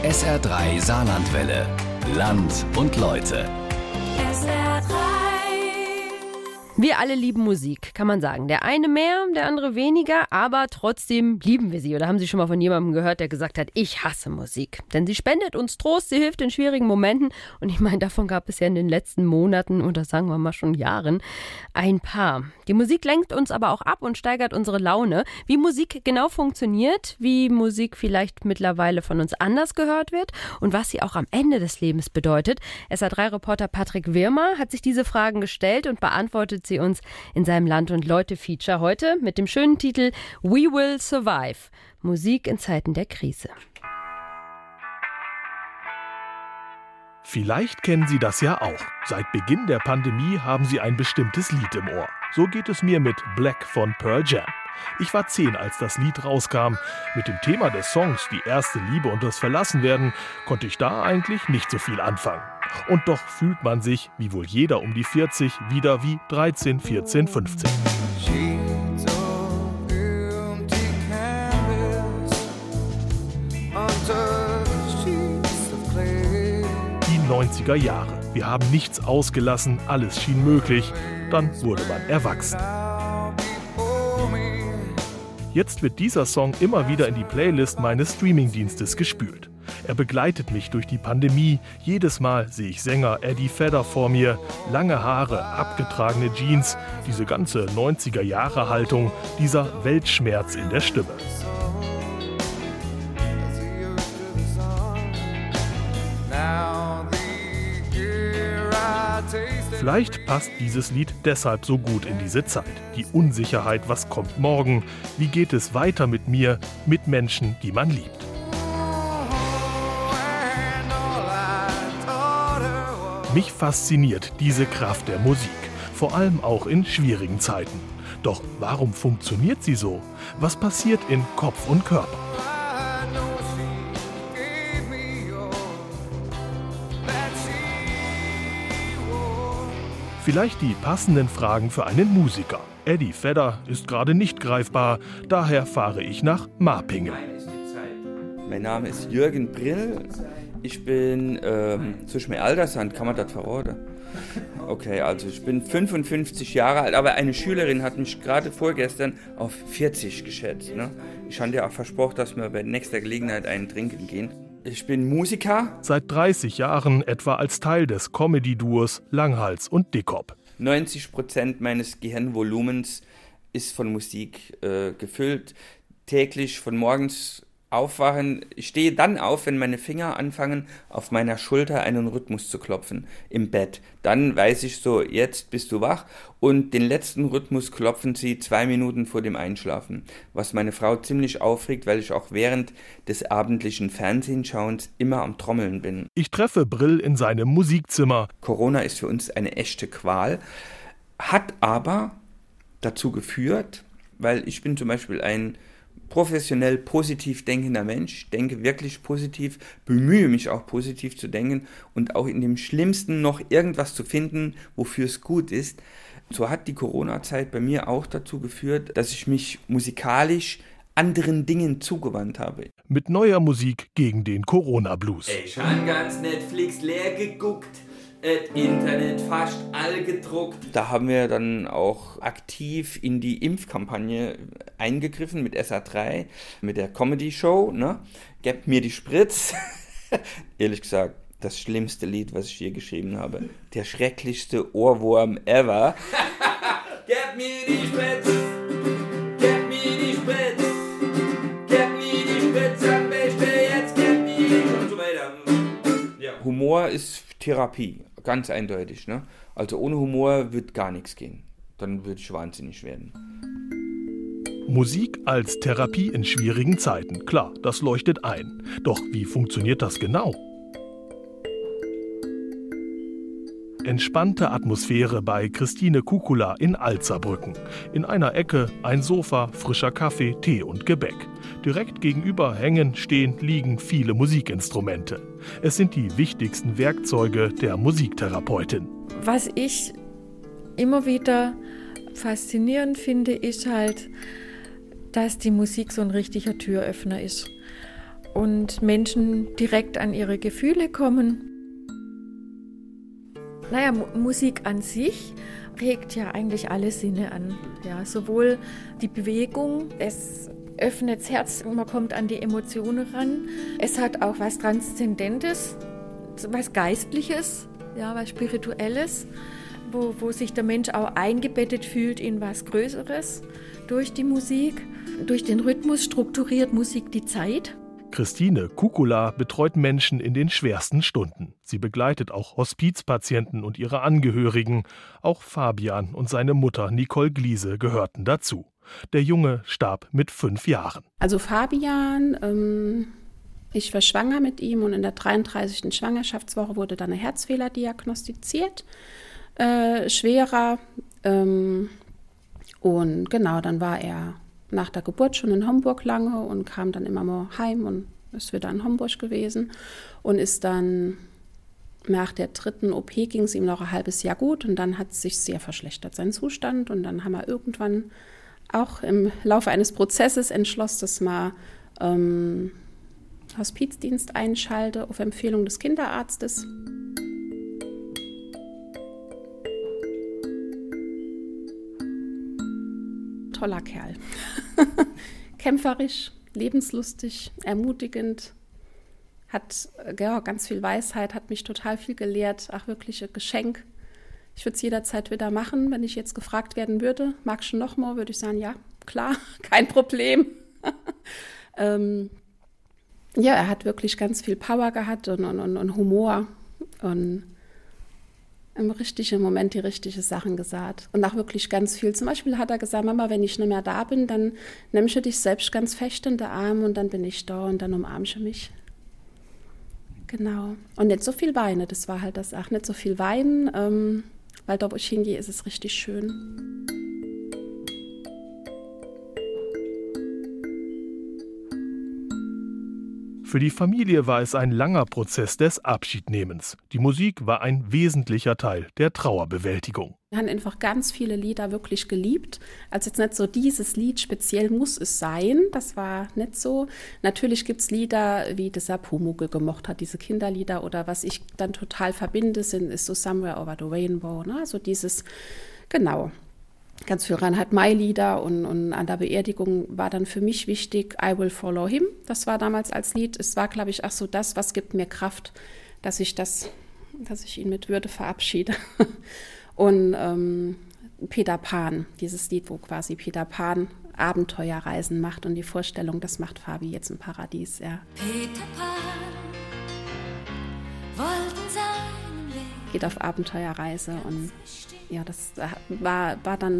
SR3 Saarlandwelle. Land und Leute. SR3. Wir alle lieben Musik, kann man sagen. Der eine mehr, der andere weniger, aber trotzdem lieben wir sie. Oder haben Sie schon mal von jemandem gehört, der gesagt hat, ich hasse Musik? Denn sie spendet uns Trost, sie hilft in schwierigen Momenten. Und ich meine, davon gab es ja in den letzten Monaten oder sagen wir mal schon Jahren ein paar. Die Musik lenkt uns aber auch ab und steigert unsere Laune. Wie Musik genau funktioniert, wie Musik vielleicht mittlerweile von uns anders gehört wird und was sie auch am Ende des Lebens bedeutet. SR3-Reporter Patrick Wirmer hat sich diese Fragen gestellt und beantwortet sie uns in seinem Land- und Leute-Feature heute mit dem schönen Titel We Will Survive. Musik in Zeiten der Krise. Vielleicht kennen Sie das ja auch. Seit Beginn der Pandemie haben Sie ein bestimmtes Lied im Ohr. So geht es mir mit Black von Pearl Jam. Ich war 10, als das Lied rauskam. Mit dem Thema des Songs, die erste Liebe und das Verlassenwerden, konnte ich da eigentlich nicht so viel anfangen. Und doch fühlt man sich, wie wohl jeder um die 40, wieder wie 13, 14, 15. Die 90er Jahre. Wir haben nichts ausgelassen, alles schien möglich. Dann wurde man erwachsen. Jetzt wird dieser Song immer wieder in die Playlist meines Streamingdienstes gespült. Er begleitet mich durch die Pandemie. Jedes Mal sehe ich Sänger Eddie Vedder vor mir. Lange Haare, abgetragene Jeans, diese ganze 90er-Jahre-Haltung, dieser Weltschmerz in der Stimme. Vielleicht passt dieses Lied deshalb so gut in diese Zeit. Die Unsicherheit, was kommt morgen? Wie geht es weiter mit mir, mit Menschen, die man liebt? Mich fasziniert diese Kraft der Musik, vor allem auch in schwierigen Zeiten. Doch warum funktioniert sie so? Was passiert in Kopf und Körper? Vielleicht die passenden Fragen für einen Musiker. Eddie Vedder ist gerade nicht greifbar, daher fahre ich nach Marpingen. Mein Name ist Jürgen Brill. Ich bin zwischen mir Altersand, kann man das verraten? Okay, also ich bin 55 Jahre alt, aber eine Schülerin hat mich gerade vorgestern auf 40 geschätzt. Ne? Ich hatte ja auch versprochen, dass wir bei nächster Gelegenheit einen trinken gehen. Ich bin Musiker. Seit 30 Jahren etwa als Teil des Comedy-Duos Langhals und Dickhop. 90% meines Gehirnvolumens ist von Musik gefüllt. Täglich von morgens aufwachen. Ich stehe dann auf, wenn meine Finger anfangen, auf meiner Schulter einen Rhythmus zu klopfen im Bett. Dann weiß ich so, jetzt bist du wach. Und den letzten Rhythmus klopfen sie 2 Minuten vor dem Einschlafen. Was meine Frau ziemlich aufregt, weil ich auch während des abendlichen Fernsehschauens immer am Trommeln bin. Ich treffe Brill in seinem Musikzimmer. Corona ist für uns eine echte Qual, hat aber dazu geführt, weil ich bin zum Beispiel ein professionell positiv denkender Mensch, denke wirklich positiv, bemühe mich auch positiv zu denken und auch in dem Schlimmsten noch irgendwas zu finden, wofür es gut ist. So hat die Corona-Zeit bei mir auch dazu geführt, dass ich mich musikalisch anderen Dingen zugewandt habe. Mit neuer Musik gegen den Corona-Blues. Ich habe ganz Netflix leer geguckt, Internet fast all gedruckt. Da haben wir dann auch aktiv in die Impfkampagne eingegriffen mit SR3, mit der Comedy-Show, ne? Gebt mir die Spritz. Ehrlich gesagt, das schlimmste Lied, was ich je geschrieben habe. Der schrecklichste Ohrwurm ever. Gebt mir die Spritz. Gebt mir die Spritz. Gebt mir die Spritz. Am besten jetzt gebt mir die und so weiter. Ja. Humor ist Therapie, ganz eindeutig. Ne? Also ohne Humor wird gar nichts gehen. Dann würde ich wahnsinnig werden. Musik als Therapie in schwierigen Zeiten. Klar, das leuchtet ein. Doch wie funktioniert das genau? Entspannte Atmosphäre bei Christine Kukula in Alzerbrücken. In einer Ecke ein Sofa, frischer Kaffee, Tee und Gebäck. Direkt gegenüber hängen, stehen, liegen viele Musikinstrumente. Es sind die wichtigsten Werkzeuge der Musiktherapeutin. Was ich immer wieder faszinierend finde, ist halt, dass die Musik so ein richtiger Türöffner ist. und Menschen direkt an ihre Gefühle kommen. Naja, Musik an sich regt ja eigentlich alle Sinne an. Ja, sowohl die Bewegung, es öffnet das Herz, man kommt an die Emotionen ran. Es hat auch was Transzendentes, was Geistliches, ja, was Spirituelles, wo sich der Mensch auch eingebettet fühlt in was Größeres durch die Musik. Durch den Rhythmus strukturiert Musik die Zeit. Christine Kukula betreut Menschen in den schwersten Stunden. Sie begleitet auch Hospizpatienten und ihre Angehörigen. Auch Fabian und seine Mutter Nicole Gliese gehörten dazu. Der Junge starb mit 5 Jahren. Also Fabian, ich war schwanger mit ihm und in der 33. Schwangerschaftswoche wurde dann ein Herzfehler diagnostiziert. Schwerer. Und genau, dann war er nach der Geburt schon in Homburg lange und kam dann immer mal heim und ist wieder in Homburg gewesen und ist dann nach der 3. OP ging es ihm noch ein halbes Jahr gut und dann hat es sich sehr verschlechtert, sein Zustand. Und dann haben wir irgendwann auch im Laufe eines Prozesses entschlossen, dass man Hospizdienst einschalte auf Empfehlung des Kinderarztes. Toller Kerl. Kämpferisch, lebenslustig, ermutigend, hat ganz viel Weisheit, hat mich total viel gelehrt, auch wirklich ein Geschenk. Ich würde es jederzeit wieder machen, wenn ich jetzt gefragt werden würde, magst du noch mal, würde ich sagen, ja, klar, kein Problem. Ja, er hat wirklich ganz viel Power gehabt und Humor und im richtigen Moment die richtigen Sachen gesagt. Und auch wirklich ganz viel. Zum Beispiel hat er gesagt, Mama, wenn ich nicht mehr da bin, dann nimmst du dich selbst ganz fest in den Arm und dann bin ich da und dann umarmst du mich. Genau. Und nicht so viel weinen, das war halt das auch. Nicht so viel weinen, weil da, wo ich hingehe, ist es richtig schön. Für die Familie war es ein langer Prozess des Abschiednehmens. Die Musik war ein wesentlicher Teil der Trauerbewältigung. Wir haben einfach ganz viele Lieder wirklich geliebt. Also jetzt nicht so dieses Lied speziell muss es sein, das war nicht so. Natürlich gibt es Lieder, wie das Pumuckl gemocht hat, diese Kinderlieder oder was ich dann total verbinde, ist so Somewhere Over the Rainbow, ne? Also dieses, genau. Ganz viel Reinhard May-Lieder und an der Beerdigung war dann für mich wichtig, I Will Follow Him. Das war damals als Lied. Es war, glaube ich, auch so das, was gibt mir Kraft, dass ich ihn mit Würde verabschiede. Und Peter Pan, dieses Lied, wo quasi Peter Pan Abenteuerreisen macht und die Vorstellung, das macht Fabi jetzt im Paradies. Ja. Peter Pan wollten seinen Weg. Geht auf Abenteuerreise und ja, das war dann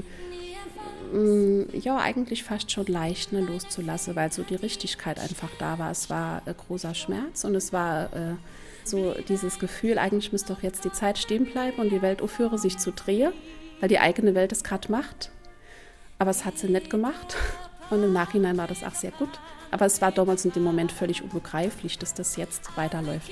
ja eigentlich fast schon leicht, ne, loszulassen, weil so die Richtigkeit einfach da war. Es war großer Schmerz und es war so dieses Gefühl, eigentlich müsste doch jetzt die Zeit stehen bleiben und die Welt aufhören, sich zu drehen, weil die eigene Welt es gerade macht. Aber es hat sie nicht gemacht und im Nachhinein war das auch sehr gut. Aber es war damals in dem Moment völlig unbegreiflich, dass das jetzt weiterläuft.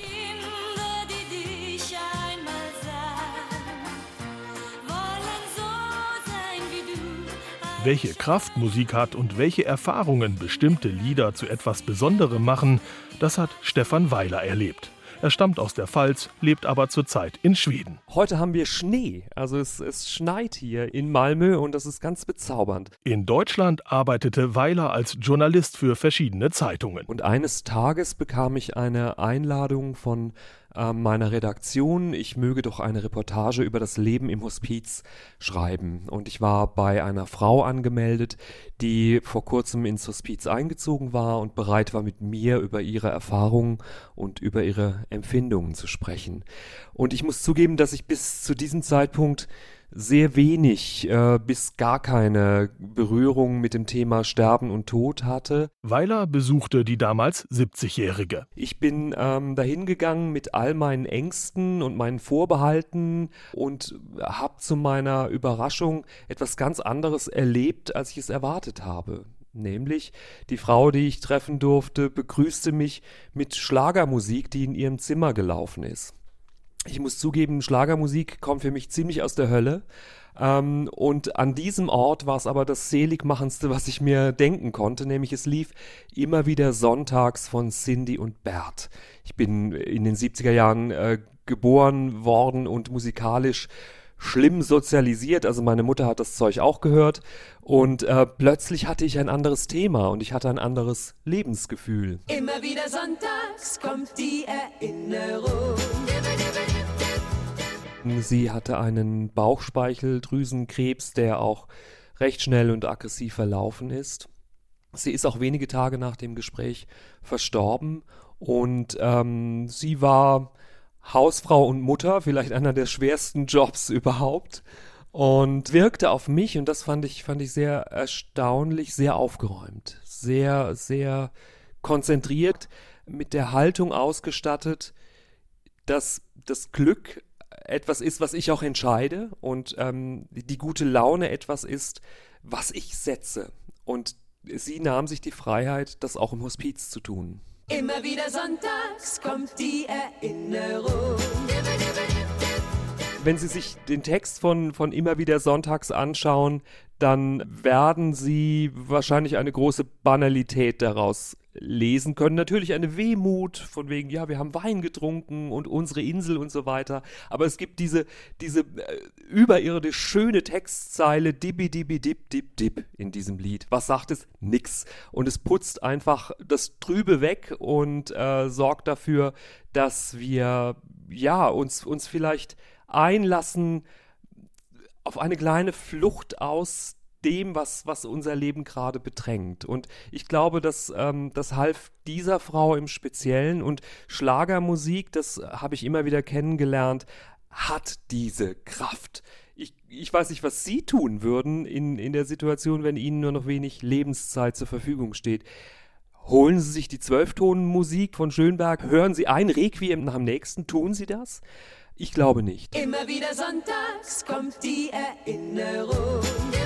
Welche Kraft Musik hat und welche Erfahrungen bestimmte Lieder zu etwas Besonderem machen, das hat Stefan Weiler erlebt. Er stammt aus der Pfalz, lebt aber zurzeit in Schweden. Heute haben wir Schnee, also es schneit hier in Malmö und das ist ganz bezaubernd. In Deutschland arbeitete Weiler als Journalist für verschiedene Zeitungen. Und eines Tages bekam ich eine Einladung von meiner Redaktion, ich möge doch eine Reportage über das Leben im Hospiz schreiben. Und ich war bei einer Frau angemeldet, die vor kurzem ins Hospiz eingezogen war und bereit war, mit mir über ihre Erfahrungen und über ihre Empfindungen zu sprechen. Und ich muss zugeben, dass ich bis zu diesem Zeitpunkt sehr wenig bis gar keine Berührung mit dem Thema Sterben und Tod hatte. Weiler besuchte die damals 70-Jährige. Ich bin dahin gegangen mit all meinen Ängsten und meinen Vorbehalten und habe zu meiner Überraschung etwas ganz anderes erlebt, als ich es erwartet habe. Nämlich die Frau, die ich treffen durfte, begrüßte mich mit Schlagermusik, die in ihrem Zimmer gelaufen ist. Ich muss zugeben, Schlagermusik kommt für mich ziemlich aus der Hölle, Und an diesem Ort war es aber das Seligmachendste, was ich mir denken konnte, nämlich es lief immer wieder sonntags von Cindy und Bert. Ich bin in den 70er Jahren geboren worden und musikalisch schlimm sozialisiert, also meine Mutter hat das Zeug auch gehört und plötzlich hatte ich ein anderes Thema und ich hatte ein anderes Lebensgefühl. Immer wieder sonntags kommt die Erinnerung. Sie hatte einen Bauchspeicheldrüsenkrebs, der auch recht schnell und aggressiv verlaufen ist. Sie ist auch wenige Tage nach dem Gespräch verstorben und sie war Hausfrau und Mutter, vielleicht einer der schwersten Jobs überhaupt und wirkte auf mich, und das fand ich sehr erstaunlich, sehr aufgeräumt, sehr, sehr konzentriert, mit der Haltung ausgestattet, dass das Glück etwas ist, was ich auch entscheide und die gute Laune etwas ist, was ich setze. Und sie nahm sich die Freiheit, das auch im Hospiz zu tun. Immer wieder sonntags kommt die Erinnerung. Wenn Sie sich den Text von Immer wieder sonntags anschauen, dann werden Sie wahrscheinlich eine große Banalität daraus lesen können. Natürlich eine Wehmut von wegen, ja, wir haben Wein getrunken und unsere Insel und so weiter. Aber es gibt diese überirdisch schöne Textzeile Dibbi Dibbi Dip Dip Dip in diesem Lied. Was sagt es? Nix. Und es putzt einfach das Trübe weg und sorgt dafür, dass wir uns vielleicht einlassen auf eine kleine Flucht aus dem, was unser Leben gerade bedrängt. Und ich glaube, das half dieser Frau im Speziellen. Und Schlagermusik, das habe ich immer wieder kennengelernt, hat diese Kraft. Ich weiß nicht, was Sie tun würden in der Situation, wenn Ihnen nur noch wenig Lebenszeit zur Verfügung steht. Holen Sie sich die 12-Tonen-Musik von Schönberg, hören Sie ein Requiem nach dem nächsten, tun Sie das? Ich glaube nicht. Immer wieder sonntags kommt die Erinnerung.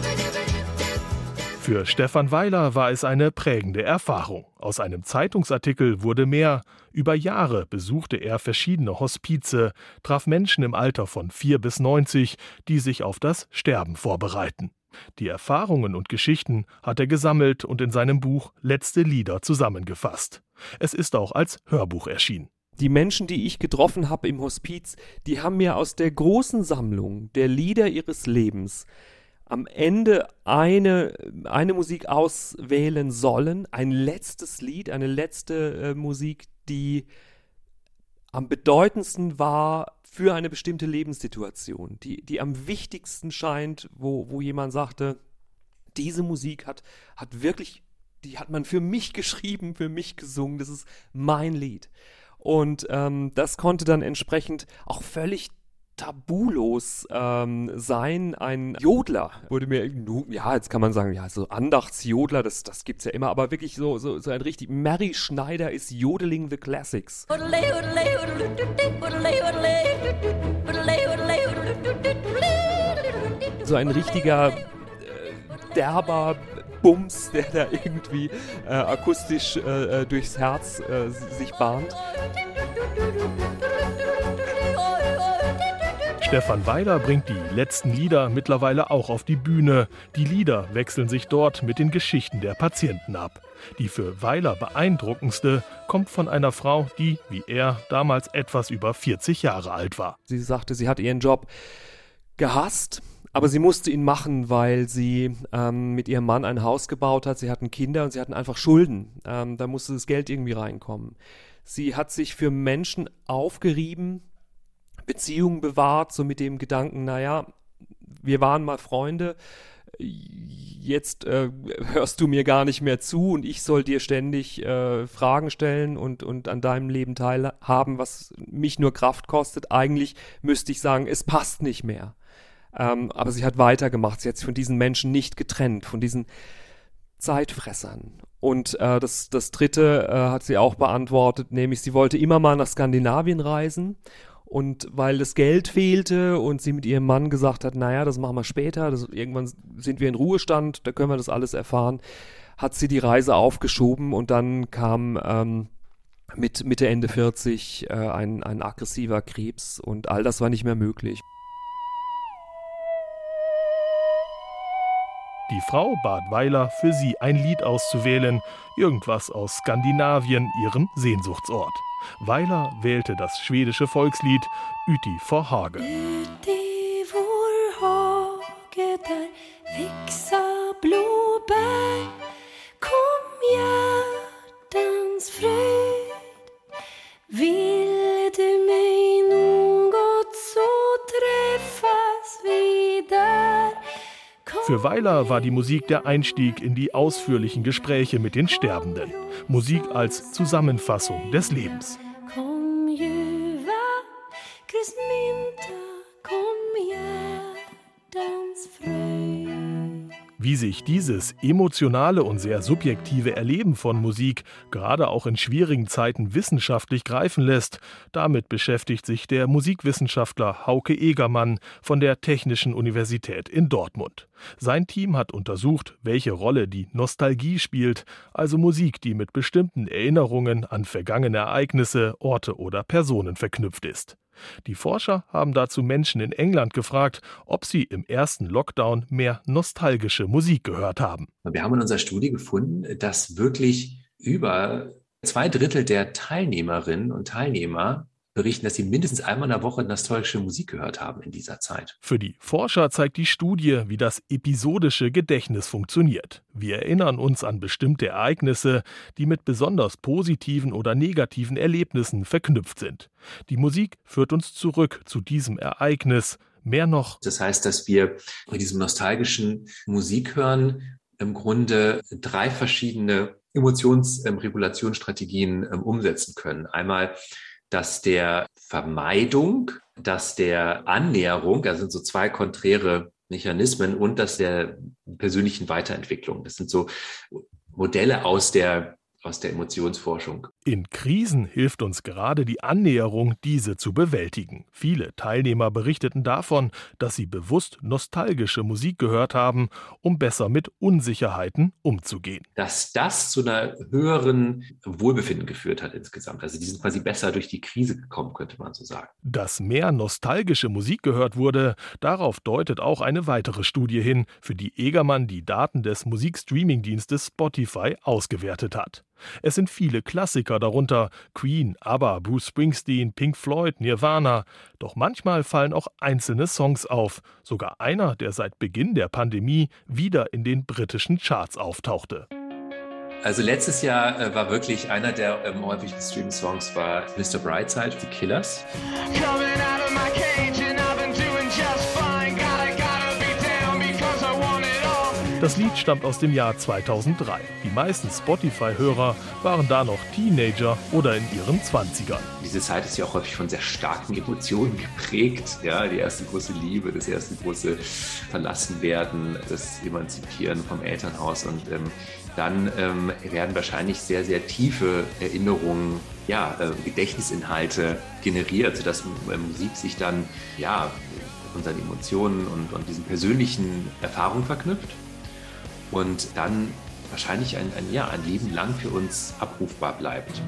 Für Stefan Weiler war es eine prägende Erfahrung. Aus einem Zeitungsartikel wurde mehr. Über Jahre besuchte er verschiedene Hospize, traf Menschen im Alter von 4 bis 90, die sich auf das Sterben vorbereiten. Die Erfahrungen und Geschichten hat er gesammelt und in seinem Buch Letzte Lieder zusammengefasst. Es ist auch als Hörbuch erschienen. Die Menschen, die ich getroffen habe im Hospiz, die haben mir aus der großen Sammlung der Lieder ihres Lebens am Ende eine Musik auswählen sollen, ein letztes Lied, eine letzte Musik, die am bedeutendsten war für eine bestimmte Lebenssituation, die am wichtigsten scheint, wo jemand sagte, diese Musik hat wirklich, die hat man für mich geschrieben, für mich gesungen, das ist mein Lied. Und das konnte dann entsprechend auch völlig tabulos sein. Ein Jodler wurde mir, ja, jetzt kann man sagen, ja, so Andachtsjodler, das gibt's ja immer, aber wirklich so ein richtig, Mary Schneider ist Jodeling the Classics. So ein richtiger derber Bums, der da irgendwie akustisch durchs Herz sich bahnt. Stefan Weiler bringt die letzten Lieder mittlerweile auch auf die Bühne. Die Lieder wechseln sich dort mit den Geschichten der Patienten ab. Die für Weiler beeindruckendste kommt von einer Frau, die, wie er, damals etwas über 40 Jahre alt war. Sie sagte, sie hat ihren Job gehasst, aber sie musste ihn machen, weil sie mit ihrem Mann ein Haus gebaut hat. Sie hatten Kinder und sie hatten einfach Schulden. Da musste das Geld irgendwie reinkommen. Sie hat sich für Menschen aufgerieben, Beziehungen bewahrt, so mit dem Gedanken, naja, wir waren mal Freunde, jetzt hörst du mir gar nicht mehr zu und ich soll dir ständig Fragen stellen und an deinem Leben teilhaben, was mich nur Kraft kostet. Eigentlich müsste ich sagen, es passt nicht mehr. Aber sie hat weitergemacht, sie hat sich von diesen Menschen nicht getrennt, von diesen Zeitfressern. Und das Dritte hat sie auch beantwortet, nämlich sie wollte immer mal nach Skandinavien reisen. Und weil das Geld fehlte und sie mit ihrem Mann gesagt hat, naja, das machen wir später, irgendwann sind wir in Ruhestand, da können wir das alles erfahren, hat sie die Reise aufgeschoben und dann kam mit Mitte, Ende 40 ein aggressiver Krebs und all das war nicht mehr möglich. Die Frau bat Weiler, für sie ein Lied auszuwählen, irgendwas aus Skandinavien, ihrem Sehnsuchtsort. Weiler wählte das schwedische Volkslied Uti vor Hage. Uti vår hage där växa blåbär, kom hjärtans fröjd. Vill du mig något så träffas vi där. Für Weiler war die Musik der Einstieg in die ausführlichen Gespräche mit den Sterbenden. Musik als Zusammenfassung des Lebens. Kom ljuva kryssmynta, kom hjärtans fröjd. Wie sich dieses emotionale und sehr subjektive Erleben von Musik gerade auch in schwierigen Zeiten wissenschaftlich greifen lässt, damit beschäftigt sich der Musikwissenschaftler Hauke Egermann von der Technischen Universität in Dortmund. Sein Team hat untersucht, welche Rolle die Nostalgie spielt, also Musik, die mit bestimmten Erinnerungen an vergangene Ereignisse, Orte oder Personen verknüpft ist. Die Forscher haben dazu Menschen in England gefragt, ob sie im ersten Lockdown mehr nostalgische Musik gehört haben. Wir haben in unserer Studie gefunden, dass wirklich über 2/3 der Teilnehmerinnen und Teilnehmer berichten, dass sie mindestens einmal in der Woche nostalgische Musik gehört haben in dieser Zeit. Für die Forscher zeigt die Studie, wie das episodische Gedächtnis funktioniert. Wir erinnern uns an bestimmte Ereignisse, die mit besonders positiven oder negativen Erlebnissen verknüpft sind. Die Musik führt uns zurück zu diesem Ereignis. Mehr noch. Das heißt, dass wir bei diesem nostalgischen Musikhören im Grunde 3 verschiedene Emotionsregulationsstrategien umsetzen können. Einmal das der Vermeidung, das der Annäherung, also sind so 2 konträre Mechanismen, und das der persönlichen Weiterentwicklung. Das sind so Modelle aus der Emotionsforschung. In Krisen hilft uns gerade die Annäherung, diese zu bewältigen. Viele Teilnehmer berichteten davon, dass sie bewusst nostalgische Musik gehört haben, um besser mit Unsicherheiten umzugehen. Dass das zu einer höheren Wohlbefinden geführt hat insgesamt. Also die sind quasi besser durch die Krise gekommen, könnte man so sagen. Dass mehr nostalgische Musik gehört wurde, darauf deutet auch eine weitere Studie hin, für die Egermann die Daten des Musikstreaming-Dienstes Spotify ausgewertet hat. Es sind viele Klassiker darunter, Queen, ABBA, Bruce Springsteen, Pink Floyd, Nirvana. Doch manchmal fallen auch einzelne Songs auf, sogar einer, der seit Beginn der Pandemie wieder in den britischen Charts auftauchte. Also letztes Jahr war wirklich einer der häufig gestreamten Songs war Mr. Brightside, The Killers. Das Lied stammt aus dem Jahr 2003. Die meisten Spotify-Hörer waren da noch Teenager oder in ihren 20ern. Diese Zeit ist ja auch häufig von sehr starken Emotionen geprägt. Ja, die erste große Liebe, das erste große Verlassenwerden, das Emanzipieren vom Elternhaus. Und dann werden wahrscheinlich sehr, sehr tiefe Erinnerungen, Gedächtnisinhalte generiert, sodass Musik sich dann unseren Emotionen und diesen persönlichen Erfahrungen verknüpft. Und dann wahrscheinlich ein Leben lang für uns abrufbar bleibt.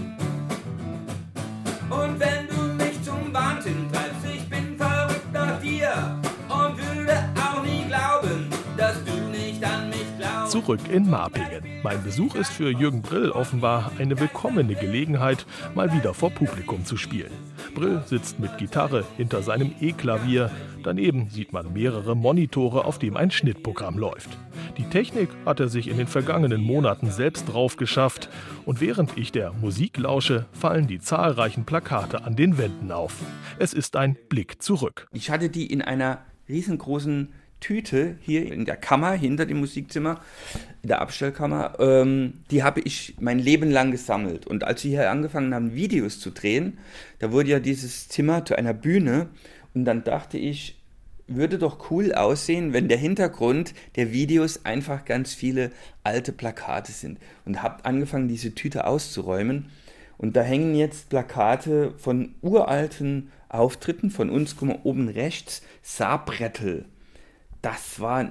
Und wenn du mich zum Wahnsinn treibst, ich bin verrückt nach dir und würde auch nie glauben, dass du nicht an mich glaubst. Zurück in Marpingen. Mein Besuch ist für Jürgen Brill offenbar eine willkommene Gelegenheit, mal wieder vor Publikum zu spielen. Brill sitzt mit Gitarre hinter seinem E-Klavier. Daneben sieht man mehrere Monitore, auf dem ein Schnittprogramm läuft. Die Technik hat er sich in den vergangenen Monaten selbst drauf geschafft. Und während ich der Musik lausche, fallen die zahlreichen Plakate an den Wänden auf. Es ist ein Blick zurück. Ich hatte die in einer riesengroßen Tüte hier in der Kammer, hinter dem Musikzimmer, in der Abstellkammer. Die habe ich mein Leben lang gesammelt. Und als wir hier angefangen haben, Videos zu drehen, da wurde ja dieses Zimmer zu einer Bühne. Und dann dachte ich, würde doch cool aussehen, wenn der Hintergrund der Videos einfach ganz viele alte Plakate sind. Und habe angefangen, diese Tüte auszuräumen. Und da hängen jetzt Plakate von uralten Auftritten von uns. Guck mal, oben rechts, Saarbrettel. Das war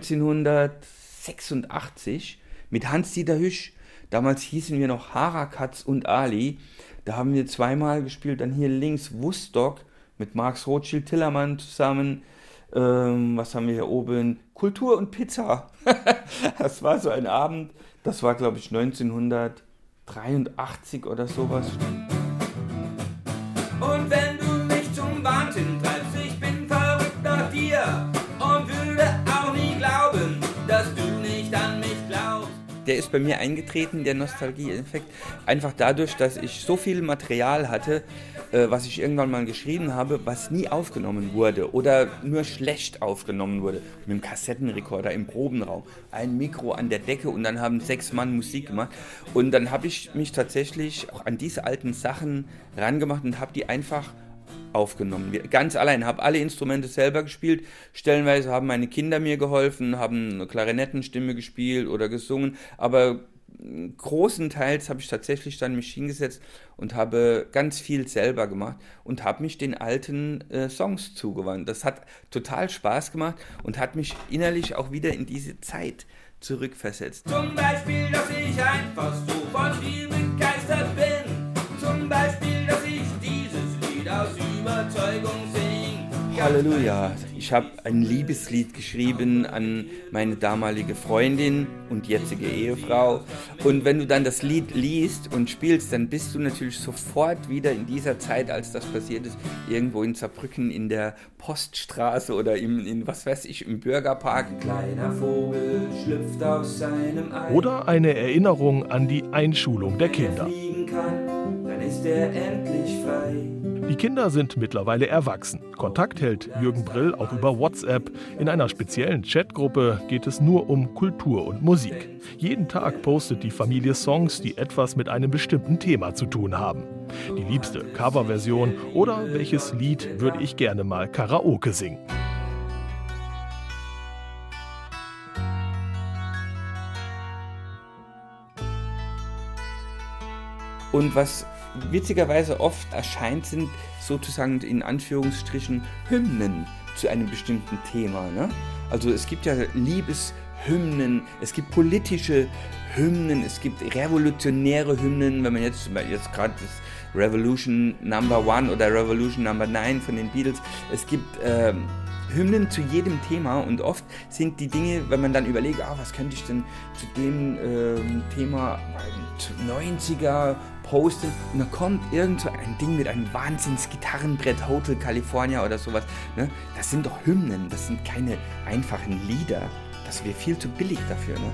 1986 mit Hans-Dieter Hüsch. Damals hießen wir noch Harakatz und Ali. Da haben wir zweimal gespielt. Dann hier links Woodstock mit Marx Rothschild Tillermann zusammen. Was haben wir hier oben? Kultur und Pizza. Das war so ein Abend, das war glaube ich 1983 oder sowas. Und wenn du mich zum Wahnsinn treibst, ich bin verrückt nach dir und würde auch nie glauben, dass du nicht an mich glaubst. Der ist bei mir eingetreten, der Nostalgie-Effekt, einfach dadurch, dass ich so viel Material hatte, was ich irgendwann mal geschrieben habe, was nie aufgenommen wurde oder nur schlecht aufgenommen wurde. Mit dem Kassettenrekorder im Probenraum, ein Mikro an der Decke und dann haben 6 Mann Musik gemacht. Und dann habe ich mich tatsächlich auch an diese alten Sachen rangemacht und habe die einfach aufgenommen. Ganz allein, habe alle Instrumente selber gespielt. Stellenweise haben meine Kinder mir geholfen, haben eine Klarinettenstimme gespielt oder gesungen, aber großenteils habe ich tatsächlich dann mich hingesetzt und habe ganz viel selber gemacht und habe mich den alten Songs zugewandt. Das hat total Spaß gemacht und hat mich innerlich auch wieder in diese Zeit zurückversetzt. Zum Beispiel, dass ich einfach so von dir begeistert bin. Zum Beispiel, dass ich dieses Lied aus Überzeugung singe. Halleluja. Ich habe ein Liebeslied geschrieben an meine damalige Freundin und jetzige Ehefrau. Und wenn du dann das Lied liest und spielst, dann bist du natürlich sofort wieder in dieser Zeit, als das passiert ist, irgendwo in Saarbrücken in der Poststraße oder in was weiß ich, im Bürgerpark. Ein kleiner Vogel schlüpft aus seinem Ei. Oder eine Erinnerung an die Einschulung der Kinder. Wenn er fliegen kann, dann ist er endlich frei. Die Kinder sind mittlerweile erwachsen. Kontakt hält Jürgen Brill auch über WhatsApp. In einer speziellen Chatgruppe geht es nur um Kultur und Musik. Jeden Tag postet die Familie Songs, die etwas mit einem bestimmten Thema zu tun haben. Die liebste Coverversion oder welches Lied würde ich gerne mal Karaoke singen. Und was witzigerweise oft erscheint, sind sozusagen in Anführungsstrichen Hymnen zu einem bestimmten Thema. Ne? Also es gibt ja Liebeshymnen, es gibt politische Hymnen, es gibt revolutionäre Hymnen, wenn man jetzt gerade das Revolution Number 1 oder Revolution Number 9 von den Beatles, es gibt Hymnen zu jedem Thema und oft sind die Dinge, wenn man dann überlegt, was könnte ich denn zu dem Thema 90er posten und dann kommt irgend so ein Ding mit einem Wahnsinns-Gitarrenbrett, Hotel California oder sowas. Ne? Das sind doch Hymnen, das sind keine einfachen Lieder. Das wäre viel zu billig dafür. Ne?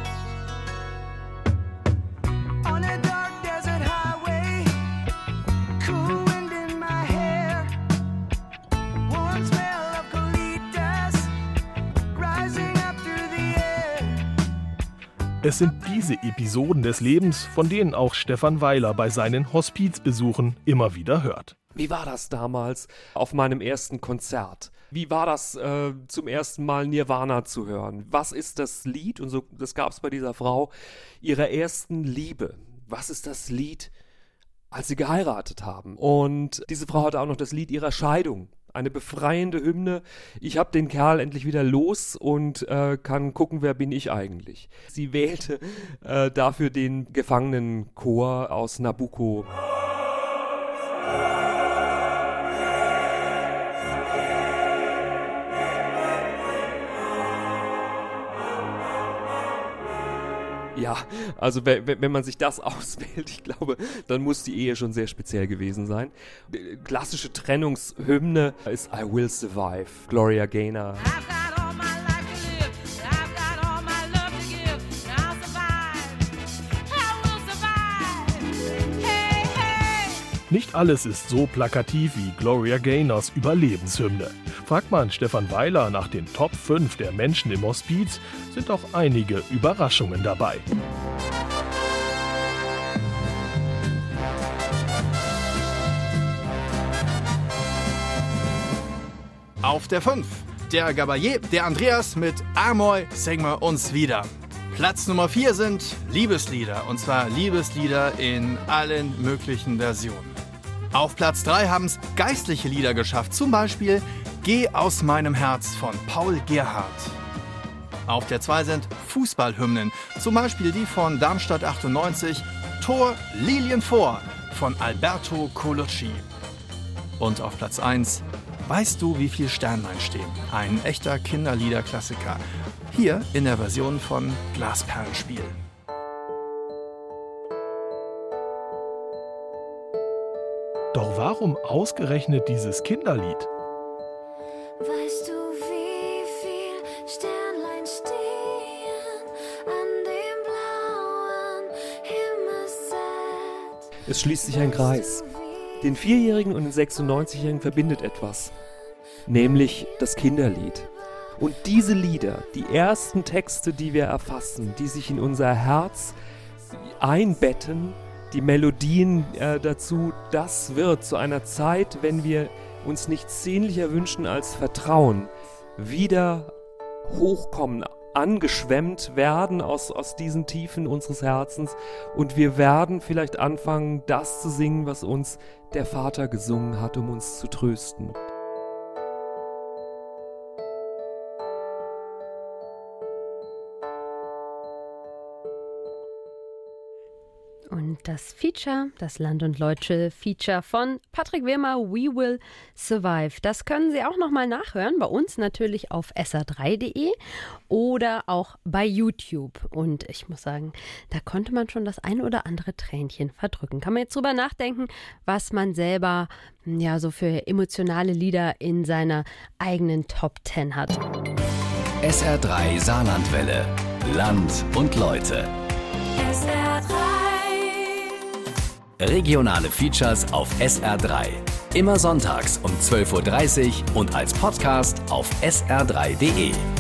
Es sind diese Episoden des Lebens, von denen auch Stefan Weiler bei seinen Hospizbesuchen immer wieder hört. Wie war das damals auf meinem ersten Konzert? Wie war das zum ersten Mal Nirvana zu hören? Was ist das Lied, und so, das gab es bei dieser Frau, ihrer ersten Liebe? Was ist das Lied, als sie geheiratet haben? Und diese Frau hatte auch noch das Lied ihrer Scheidung. Eine befreiende Hymne. Ich habe den Kerl endlich wieder los und kann gucken, wer bin ich eigentlich. Sie wählte dafür den Gefangenenchor aus Nabucco. Ja, also wenn man sich das auswählt, ich glaube, dann muss die Ehe schon sehr speziell gewesen sein. Klassische Trennungshymne ist I Will Survive, Gloria Gaynor. Nicht alles ist so plakativ wie Gloria Gaynors Überlebenshymne. Fragt man Stefan Weiler nach den Top 5 der Menschen im Hospiz, sind auch einige Überraschungen dabei. Auf der 5, der Gabalier, der Andreas mit Amoi, sing wir uns wieder. Platz Nummer 4 sind Liebeslieder, und zwar Liebeslieder in allen möglichen Versionen. Auf Platz 3 haben es geistliche Lieder geschafft, zum Beispiel Geh aus meinem Herz von Paul Gerhardt. Auf der 2 sind Fußballhymnen, zum Beispiel die von Darmstadt 98, Tor Lilien vor von Alberto Colucci. Und auf Platz 1 Weißt du, wie viel Sternlein stehen? Ein echter Kinderliederklassiker. Hier in der Version von Glasperlenspiel. Doch warum ausgerechnet dieses Kinderlied? Weißt du, wie viel Sternlein stehen an dem blauen Himmelszelt? Es schließt sich ein Kreis. Den 4-Jährigen und den 96-Jährigen verbindet etwas, nämlich das Kinderlied. Und diese Lieder, die ersten Texte, die wir erfassen, die sich in unser Herz einbetten, die Melodien dazu, das wird zu einer Zeit, wenn wir uns nichts sehnlicher wünschen als Vertrauen, wieder hochkommen, angeschwemmt werden aus diesen Tiefen unseres Herzens und wir werden vielleicht anfangen, das zu singen, was uns der Vater gesungen hat, um uns zu trösten. Und das Feature, das Land- und Leute-Feature von Patrick Wehmer, We Will Survive, das können Sie auch nochmal nachhören, bei uns natürlich auf sr3.de oder auch bei YouTube. Und ich muss sagen, da konnte man schon das ein oder andere Tränchen verdrücken. Kann man jetzt drüber nachdenken, was man selber ja so für emotionale Lieder in seiner eigenen Top 10 hat. SR3 Saarlandwelle. Land und Leute. SR3. Regionale Features auf SR3. Immer sonntags um 12:30 Uhr und als Podcast auf sr3.de.